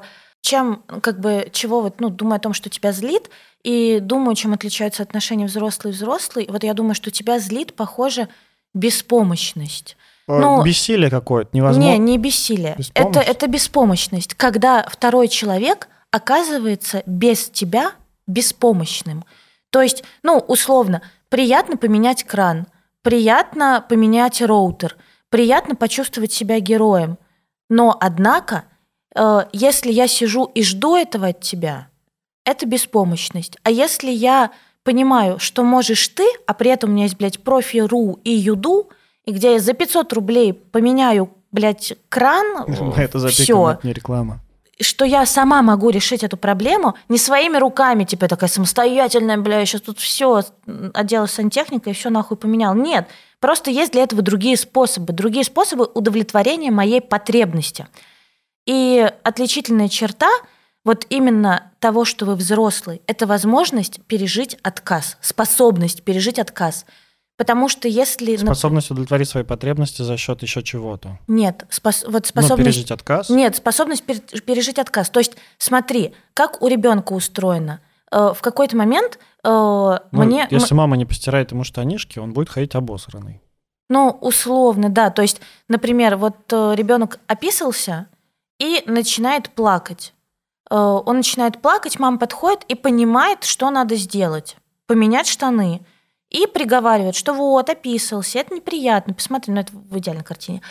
думаю о том, что тебя злит, и думаю, чем отличаются отношения взрослый-взрослый. Вот я думаю, что тебя злит, похоже, беспомощность. Бессилие какое-то, невозможно. Не бессилие. Это беспомощность, когда второй человек оказывается без тебя беспомощным. То есть, условно, приятно поменять кран, приятно поменять роутер, приятно почувствовать себя героем. Но, однако, если я сижу и жду этого от тебя, это беспомощность. А если я понимаю, что можешь ты, а при этом у меня есть, профи.ру и Юду, и где я за 500 рублей поменяю, кран, это запикано, это не реклама. Что я сама могу решить эту проблему не своими руками, типа такая самостоятельная, я сейчас тут все отдела сантехника и все нахуй поменял. Нет, просто есть для этого другие способы удовлетворения моей потребности. И отличительная черта вот именно того, что вы взрослый, это возможность пережить отказ, способность пережить отказ. Потому что если... Способность удовлетворить свои потребности за счет еще чего-то. Нет, способность... пережить отказ? Нет, способность пережить отказ. То есть смотри, как у ребенка устроено. В какой-то момент Если мама не постирает ему штанишки, он будет ходить обосранный. Условно, да. То есть, например, ребенок описался и начинает плакать. Он начинает плакать, мама подходит и понимает, что надо сделать. Поменять штаны. И приговаривает, что описался, это неприятно, посмотри, это в идеальной картине.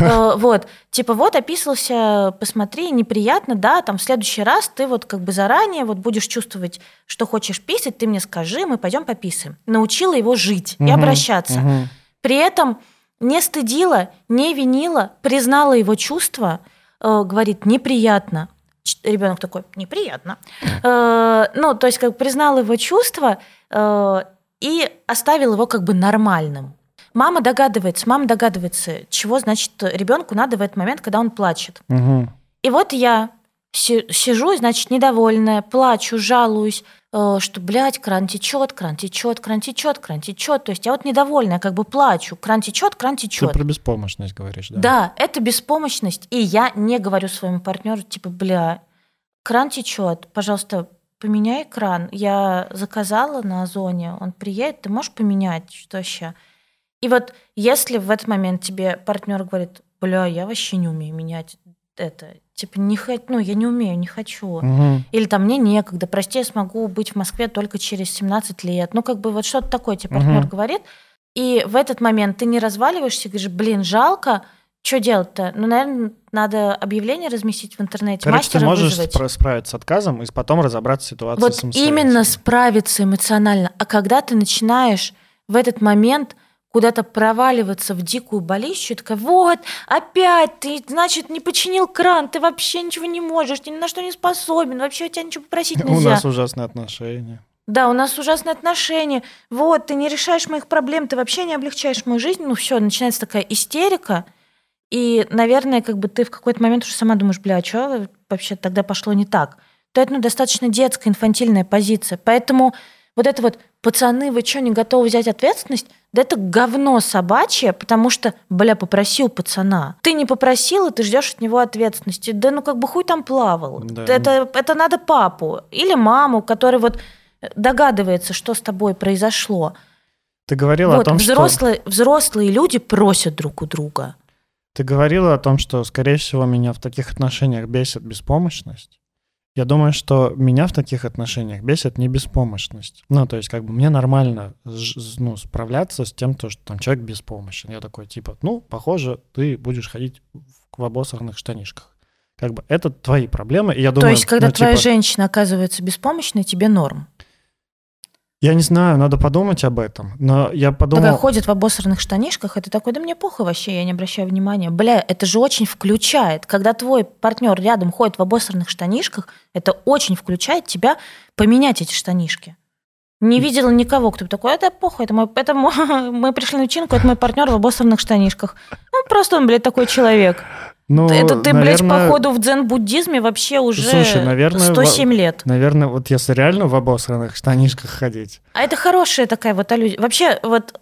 Описался, посмотри, неприятно, да, в следующий раз ты заранее будешь чувствовать, что хочешь писать, ты мне скажи, мы пойдем пописаем. Научила его жить и обращаться. При этом не стыдила, не винила, признала его чувства, говорит, неприятно. Ребенок такой, неприятно. Признала его чувства, и оставил его нормальным. Мама догадывается, чего, значит, ребенку надо в этот момент, когда он плачет. Угу. И я сижу, значит, недовольная, плачу, жалуюсь, что, кран течет. То есть я недовольная, плачу, кран течет. Ты про беспомощность говоришь, да? Да, это беспомощность. И я не говорю своему партнеру, кран течет, пожалуйста, поменяй кран. Я заказала на Озоне, он приедет, ты можешь поменять, что вообще? И если в этот момент тебе партнер говорит, я вообще не умею менять это, я не умею, не хочу. Угу. Или мне некогда, прости, я смогу быть в Москве только через 17 лет. Что-то такое тебе партнер говорит. И в этот момент ты не разваливаешься, говоришь, жалко, что делать-то? Наверное, надо объявление разместить в интернете, мастера ты можешь вызвать. справиться с отказом и потом разобраться в ситуации самостоятельно. Именно справиться эмоционально. А когда ты начинаешь в этот момент куда-то проваливаться в дикую болезнь, такая, опять ты, значит, не починил кран, ты вообще ничего не можешь, ты ни на что не способен, вообще у тебя ничего попросить нельзя. У нас ужасные отношения. Да, у нас ужасные отношения. Ты не решаешь моих проблем, ты вообще не облегчаешь мою жизнь. Все, начинается такая истерика. И, наверное, ты в какой-то момент уже сама думаешь, что вообще тогда пошло не так. То это достаточно детская, инфантильная позиция. Поэтому пацаны, вы что, не готовы взять ответственность? Да это говно собачье, потому что, попросил пацана. Ты не попросила, ты ждешь от него ответственности. Да хуй там плавал. Да. Это надо папу или маму, который догадывается, что с тобой произошло. Ты говорила о том, взрослые люди просят друг у друга. Ты говорила о том, что, скорее всего, меня в таких отношениях бесит беспомощность. Я думаю, что меня в таких отношениях бесит не беспомощность. Ну, то есть, как бы мне нормально справляться с тем, что там человек беспомощен. Я такой, типа, похоже, ты будешь ходить в обосранных штанишках. Как бы это твои проблемы. И я думаю, то есть, когда твоя женщина оказывается беспомощной, тебе норм? Я не знаю, надо подумать об этом. Но я подумал... Когда ходит в обосранных штанишках, это такой, да мне похуй вообще, я не обращаю внимания. Бля, это же очень включает. Когда твой партнер рядом ходит в обосранных штанишках, это очень включает тебя поменять эти штанишки. Не видела никого, кто бы такой, это похуй, мы пришли на вечеринку, это мой партнер в обосранных штанишках. Просто он, блядь, такой человек. Это ты, блядь, походу в дзен-буддизме вообще уже 107 лет. Наверное, вот если реально в обосранных штанишках ходить. А это хорошая такая вот аллюзия. Вообще, вот...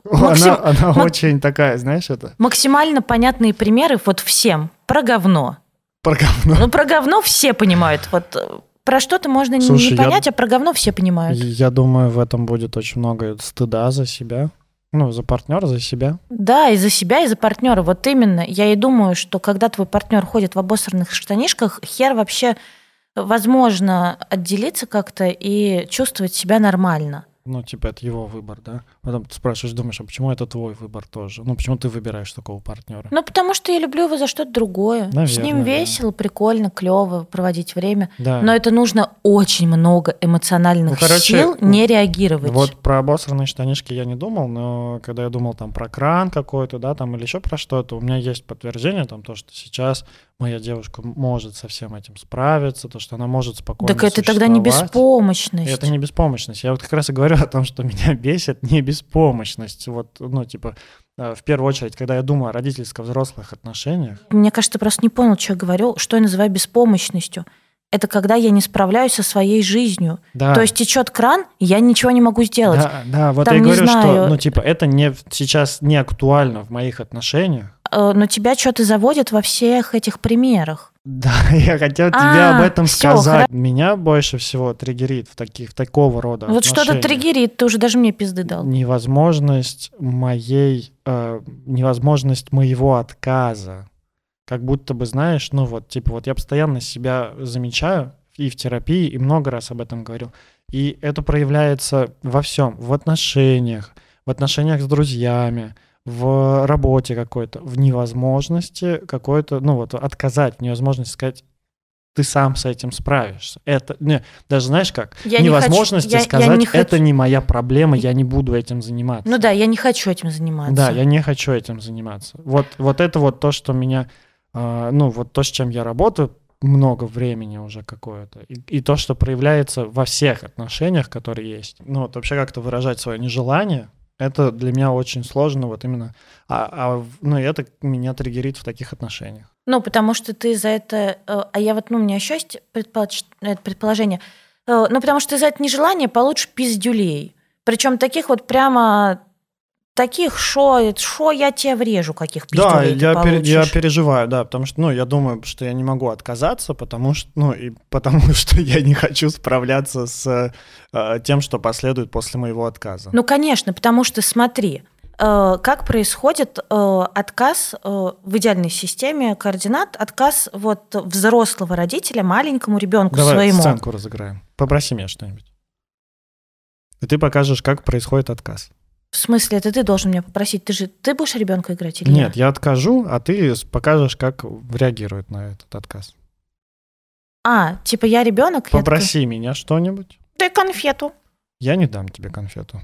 Она очень такая, знаешь, это... Максимально понятные примеры вот всем. Про говно. Про говно? Ну, про говно все понимают. Вот про что-то можно не понять, а про говно все понимают. Я думаю, в этом будет очень много стыда за себя. За партнера, за себя. Да, и за себя, и за партнера. Вот именно. Я и думаю, что когда твой партнер ходит в обосранных штанишках, хер вообще возможно отделиться как-то и чувствовать себя нормально. Это его выбор, да? Потом ты спрашиваешь, думаешь, а почему это твой выбор тоже? Почему ты выбираешь такого партнера? Потому что я люблю его за что-то другое. Наверное, с ним весело, прикольно, клево проводить время. Да. Но это нужно очень много эмоциональных сил не реагировать. Вот про обосранные штанишки я не думал, но когда я думал там про кран какой-то, да, там или еще про что-то, у меня есть подтверждение там то, что сейчас моя девушка может со всем этим справиться, то, что она может спокойно Так это тогда не беспомощность. Это не беспомощность. Я вот как раз и говорю о том, что меня бесит не беспомощность. Вот, в первую очередь, когда я думаю о родительско-взрослых отношениях. Мне кажется, ты просто не понял, что я говорю, что я называю беспомощностью. Это когда я не справляюсь со своей жизнью. Да. То есть течет кран, я ничего не могу сделать. Да, вот там, я говорю, что это сейчас не актуально в моих отношениях. Но тебя что-то заводит во всех этих примерах. Да, я хотел тебе об этом сказать. Меня больше всего триггерит в такого рода вот отношениях. Что-то триггерит, ты уже даже мне пизды дал. Невозможность моего отказа. Как будто бы, знаешь, я постоянно себя замечаю и в терапии, и много раз об этом говорил. И это проявляется во всем, в отношениях с друзьями, в работе какой-то, в невозможности какой-то, отказать, в невозможности сказать, ты сам с этим справишься. Это, даже знаешь как, невозможности сказать, это не моя проблема, я не буду этим заниматься. Я не хочу этим заниматься. Да, я не хочу этим заниматься. Вот это вот то, что меня, то, с чем я работаю, много времени уже какое-то. И то, что проявляется во всех отношениях, которые есть. Вообще как-то выражать свое нежелание, это для меня очень сложно, вот именно. Это меня триггерит в таких отношениях. Потому что ты за это... А я у меня еще есть предположение. Потому что ты за это нежелание получишь пиздюлей. Причем таких вот прямо... Таких, шо я тебе врежу, каких пиздюлей ты получишь. Да, я переживаю, да, потому что, я думаю, что я не могу отказаться, потому что я не хочу справляться с тем, что последует после моего отказа. Конечно, потому что смотри, как происходит отказ в идеальной системе координат, отказ взрослого родителя маленькому ребенку своему. Давай сценку разыграем. Попроси меня что-нибудь. И ты покажешь, как происходит отказ. В смысле, это ты должен меня попросить? Ты будешь ребенка играть или нет? Я откажу, а ты покажешь, как реагирует на этот отказ. Я ребенок? Попроси меня что-нибудь. Дай конфету. Я не дам тебе конфету.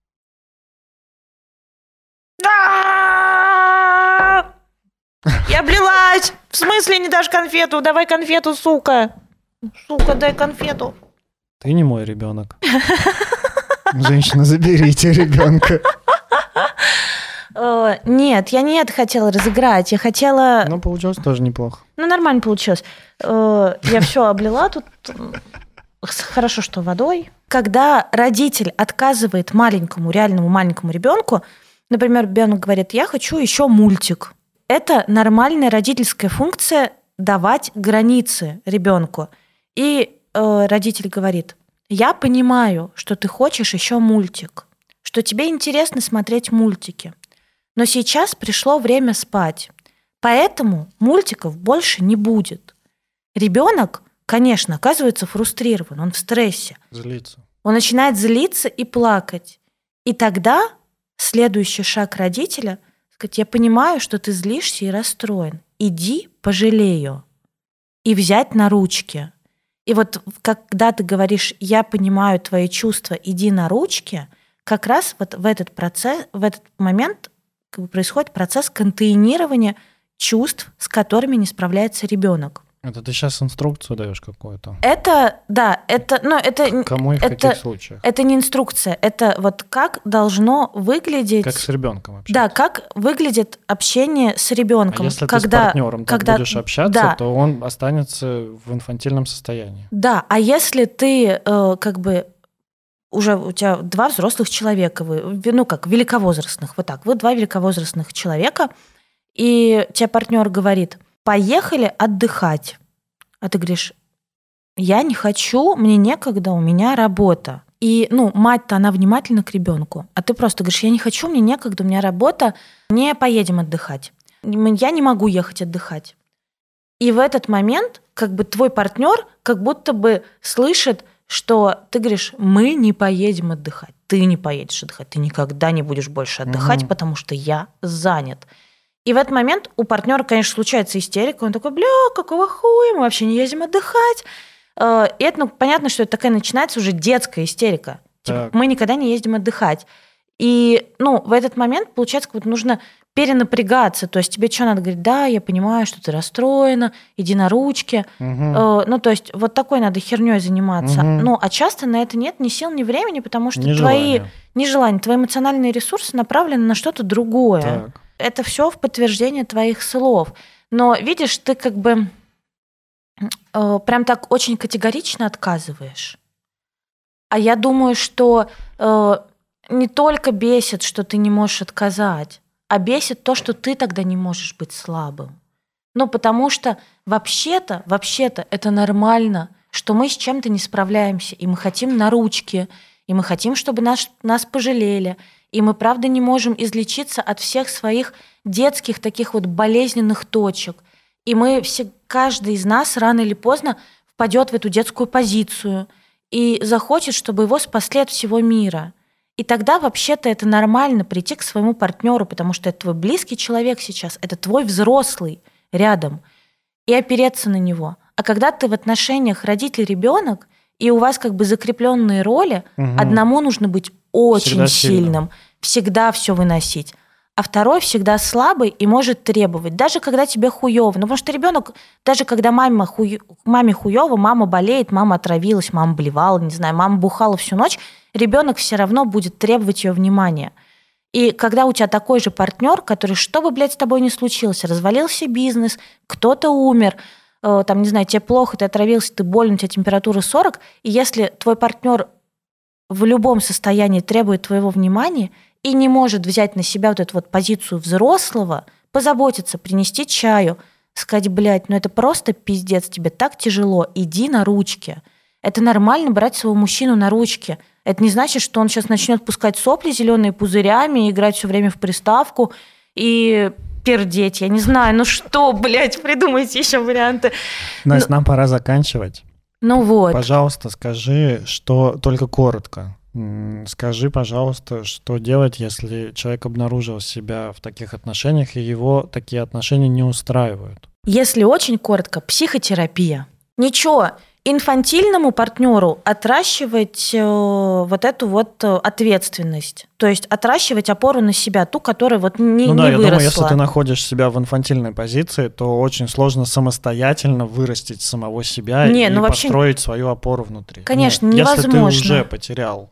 Я облилась! В смысле не дашь конфету? Давай конфету, сука! Сука, дай конфету. Ты не мой ребенок. Женщина, заберите ребенка. Нет, я не это хотела разыграть. Я хотела... Получилось тоже неплохо. Нормально получилось. Я все облила тут. Хорошо, что водой. Когда родитель отказывает реальному маленькому ребенку, например, ребенок говорит, я хочу еще мультик. Это нормальная родительская функция давать границы ребенку. И родитель говорит, я понимаю, что ты хочешь еще мультик, что тебе интересно смотреть мультики, но сейчас пришло время спать, Поэтому мультиков больше не будет. Ребенок, конечно, оказывается фрустрирован, он в стрессе. Злиться. Он начинает злиться и плакать. И тогда следующий шаг родителя — сказать: я понимаю, что ты злишься и расстроен. Иди, пожалей ее. И взять на ручки. И вот когда ты говоришь: я понимаю твои чувства, иди на ручки, как раз вот в этот момент происходит процесс контейнирования чувств, с которыми не справляется ребенок. Это ты сейчас инструкцию даешь какую-то? Это, да, это, ну, это... Кому и в каких случаях? Это не инструкция, это вот как должно выглядеть... Как с ребенком общаться. Да, как выглядит общение с ребенком. А если ты с партнером так будешь общаться, да, то он останется в инфантильном состоянии. Да, а если ты уже у тебя два взрослых человека, ну как, великовозрастных, вот так, вы два великовозрастных человека, и тебе партнер говорит: поехали отдыхать. А ты говоришь: я не хочу, мне некогда, у меня работа. И, мать-то, она внимательна к ребенку, а ты просто говоришь: я не хочу, мне некогда, у меня работа, не поедем отдыхать. Я не могу ехать отдыхать. И в этот момент как бы твой партнер как будто бы слышит, что ты говоришь: мы не поедем отдыхать, ты не поедешь отдыхать, ты никогда не будешь больше отдыхать, потому что я занят. И в этот момент у партнера, конечно, случается истерика, он такой: бля, какого хуя, мы вообще не едем отдыхать. И это, понятно, что это такая начинается уже детская истерика. Типа, мы никогда не ездим отдыхать. И, в этот момент, получается, как будто нужно перенапрягаться. То есть тебе что надо говорить: да, я понимаю, что ты расстроена, иди на ручки. То есть вот такой надо херней заниматься. А часто на это нет ни сил, ни времени, потому что твои эмоциональные ресурсы направлены на что-то другое. Так. Это все в подтверждение твоих слов. Но видишь, ты как бы прям так очень категорично отказываешь. А я думаю, что не только бесит, что ты не можешь отказать, а бесит то, что ты тогда не можешь быть слабым. Потому что вообще-то это нормально, что мы с чем-то не справляемся, и мы хотим на ручки, и мы хотим, чтобы нас пожалели, и мы, правда, не можем излечиться от всех своих детских таких вот болезненных точек. И каждый из нас рано или поздно впадет в эту детскую позицию и захочет, чтобы его спасли от всего мира. И тогда вообще-то это нормально прийти к своему партнеру, потому что это твой близкий человек сейчас, это твой взрослый рядом, и опереться на него. А когда ты в отношениях родитель-ребенок, и у вас как бы закрепленные роли, одному нужно быть очень сильным, всегда все выносить, а второй всегда слабый и может требовать, даже когда тебе хуёво. Потому что ребенок, даже когда маме хуёво, мама болеет, мама отравилась, мама блевала, не знаю, мама бухала всю ночь, ребенок все равно будет требовать ее внимания. И когда у тебя такой же партнер, который, что бы, блядь, с тобой ни случилось, развалился бизнес, кто-то умер, не знаю, тебе плохо, ты отравился, ты болен, у тебя температура 40, и если твой партнер в любом состоянии требует твоего внимания и не может взять на себя вот эту вот позицию взрослого, позаботиться, принести чаю, сказать: блядь, это просто пиздец, тебе так тяжело, иди на ручки. Это нормально брать своего мужчину на ручки. Это не значит, что он сейчас начнет пускать сопли зеленые пузырями, играть все время в приставку и пердеть. Я не знаю, придумайте еще варианты. Настя, нам пора заканчивать. Вот. Пожалуйста, скажи, что только коротко. Скажи, пожалуйста, что делать, если человек обнаружил себя в таких отношениях, и его такие отношения не устраивают? Если очень коротко, психотерапия. Ничего, инфантильному партнеру отращивать вот эту вот ответственность, то есть отращивать опору на себя, ту, которая не выросла. Я думаю, если ты находишь себя в инфантильной позиции, то очень сложно самостоятельно вырастить самого себя и построить свою опору внутри. Конечно, невозможно. Если ты уже потерял,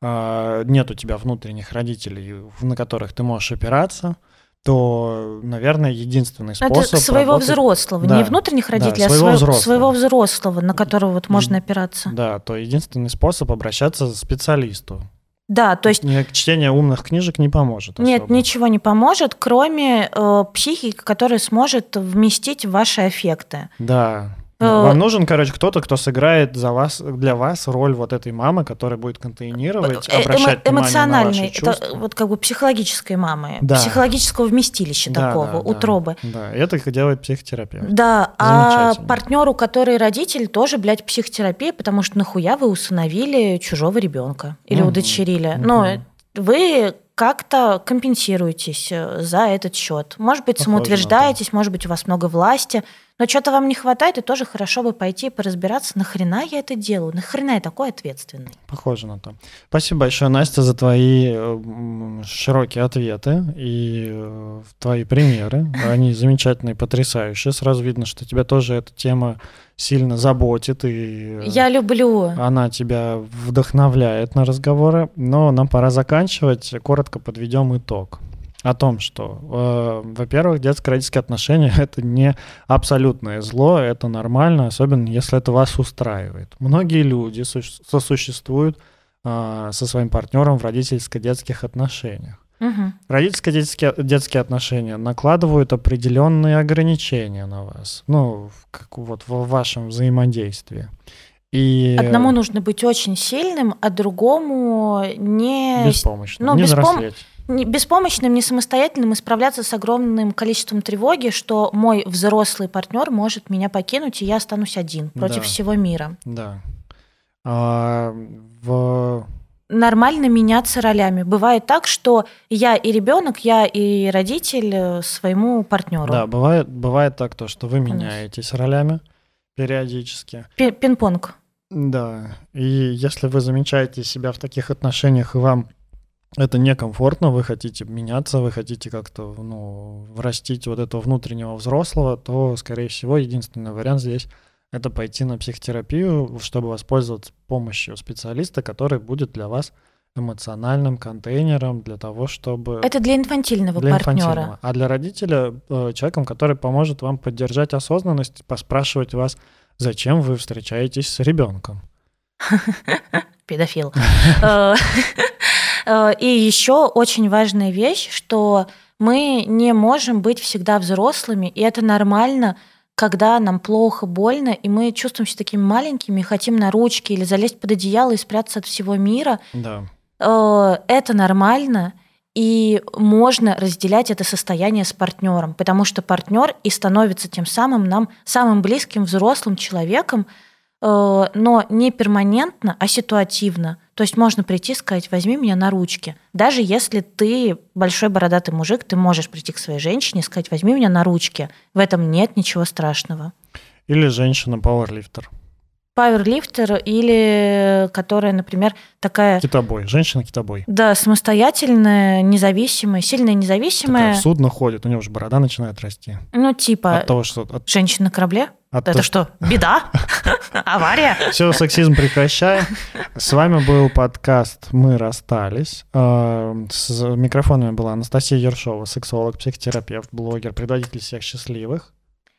нет у тебя внутренних родителей, на которых ты можешь опираться, то, наверное, единственный способ... Это своего взрослого, не внутренних родителей, своего взрослого, на которого можно опираться. Да, то единственный способ обращаться к специалисту. Да, то есть... Чтение умных книжек не поможет особо. Нет, ничего не поможет, кроме психики, которая сможет вместить ваши аффекты. Да. Вам нужен, кто-то, кто сыграет для вас роль вот этой мамы, которая будет контейнировать, обращать внимание на ваши чувства. Это вот как бы психологической мамы, психологического вместилища такого, утробы. Да, это делает психотерапевт. Да, а партнеру, который родитель, тоже, психотерапия, потому что нахуя вы усыновили чужого ребенка или удочерили. Но вы как-то компенсируетесь за этот счет. Может быть, самоутверждаетесь, может быть, у вас много власти, но что-то вам не хватает, и тоже хорошо бы пойти поразбираться, нахрена я это делаю, нахрена я такой ответственный. Похоже на то. Спасибо большое, Настя, за твои широкие ответы и твои примеры. Они замечательные, потрясающие. Сразу видно, что тебя тоже эта тема сильно заботит, и я люблю. Она тебя вдохновляет на разговоры, но нам пора заканчивать. Коротко подведем итог о том, что, во-первых, детско-родительские отношения — это не абсолютное зло, это нормально, особенно если это вас устраивает. Многие люди сосуществуют со своим партнером в родительско-детских отношениях. Угу. Родительско-детские отношения накладывают определенные ограничения на вас, как вот в вашем взаимодействии. И одному нужно быть очень сильным, а другому не... Беспомощным, не взрослеть. Беспомощным, не самостоятельным и справляться с огромным количеством тревоги, что мой взрослый партнер может меня покинуть, и я останусь один против всего мира. Да. Нормально меняться ролями. Бывает так, что я и ребенок, я и родитель своему партнеру. Да, бывает так, что вы меняетесь ролями периодически. Пинг-понг. Да. И если вы замечаете себя в таких отношениях, и вам это некомфортно, вы хотите меняться, вы хотите как-то врастить вот этого внутреннего взрослого, то, скорее всего, единственный вариант здесь — это пойти на психотерапию, чтобы воспользоваться помощью специалиста, который будет для вас эмоциональным контейнером для того, чтобы... Это для инфантильного партнера. А для родителя — человеком, который поможет вам поддержать осознанность, поспрашивать вас, зачем вы встречаетесь с ребенком. Педофил. И еще очень важная вещь, что мы не можем быть всегда взрослыми, и это нормально, когда нам плохо, больно, и мы чувствуем себя такими маленькими, хотим на ручки или залезть под одеяло и спрятаться от всего мира. Да. Это нормально, и можно разделять это состояние с партнером, потому что партнер и становится тем самым нам самым близким взрослым человеком, но не перманентно, а ситуативно. То есть можно прийти и сказать: возьми меня на ручки. Даже если ты большой бородатый мужик, ты можешь прийти к своей женщине и сказать: возьми меня на ручки. В этом нет ничего страшного. Или женщина-пауэрлифтер. Пауэрлифтер, или которая, например, такая... Китобой, женщина-китобой. Да, самостоятельная, независимая, сильная независимая. Такая в судно ходит, у нее уже борода начинает расти. От того, что... Женщина на корабле? Это что, беда? Авария? Все, сексизм прекращаем. С вами был подкаст «Мы расстались». С микрофонами была Анастасия Ершова, сексолог, психотерапевт, блогер, предводитель всех счастливых.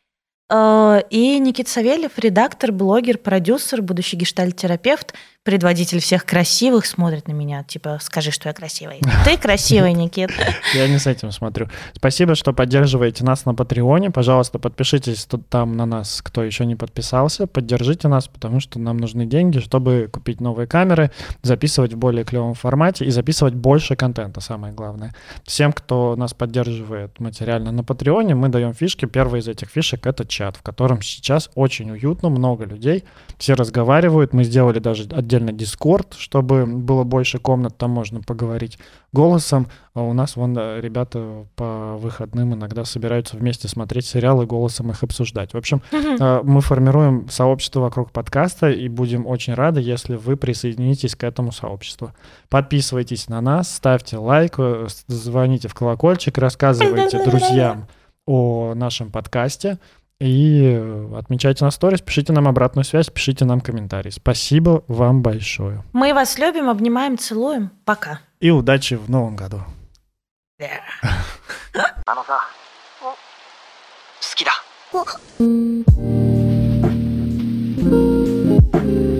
И Никита Савельев, редактор, блогер, продюсер, будущий гештальт-терапевт, предводитель всех красивых, смотрит на меня, типа: скажи, что я красивый. Ты красивый, Никит. Я не с этим смотрю. Спасибо, что поддерживаете нас на Патреоне. Пожалуйста, подпишитесь там на нас, кто еще не подписался. Поддержите нас, потому что нам нужны деньги, чтобы купить новые камеры, записывать в более клевом формате и записывать больше контента, самое главное. Всем, кто нас поддерживает материально на Патреоне, мы даем фишки. Первая из этих фишек — это чат, в котором сейчас очень уютно, много людей, все разговаривают. Мы сделали даже отдельно Discord, чтобы было больше комнат, там можно поговорить голосом. А у нас ребята по выходным иногда собираются вместе смотреть сериалы, голосом их обсуждать. В общем, мы формируем сообщество вокруг подкаста и будем очень рады, если вы присоединитесь к этому сообществу. Подписывайтесь на нас, ставьте лайк, звоните в колокольчик, рассказывайте друзьям о нашем подкасте. И отмечайте на сторис, пишите нам обратную связь, пишите нам комментарии. Спасибо вам большое. Мы вас любим, обнимаем, целуем. Пока. И удачи в новом году. 好きだ。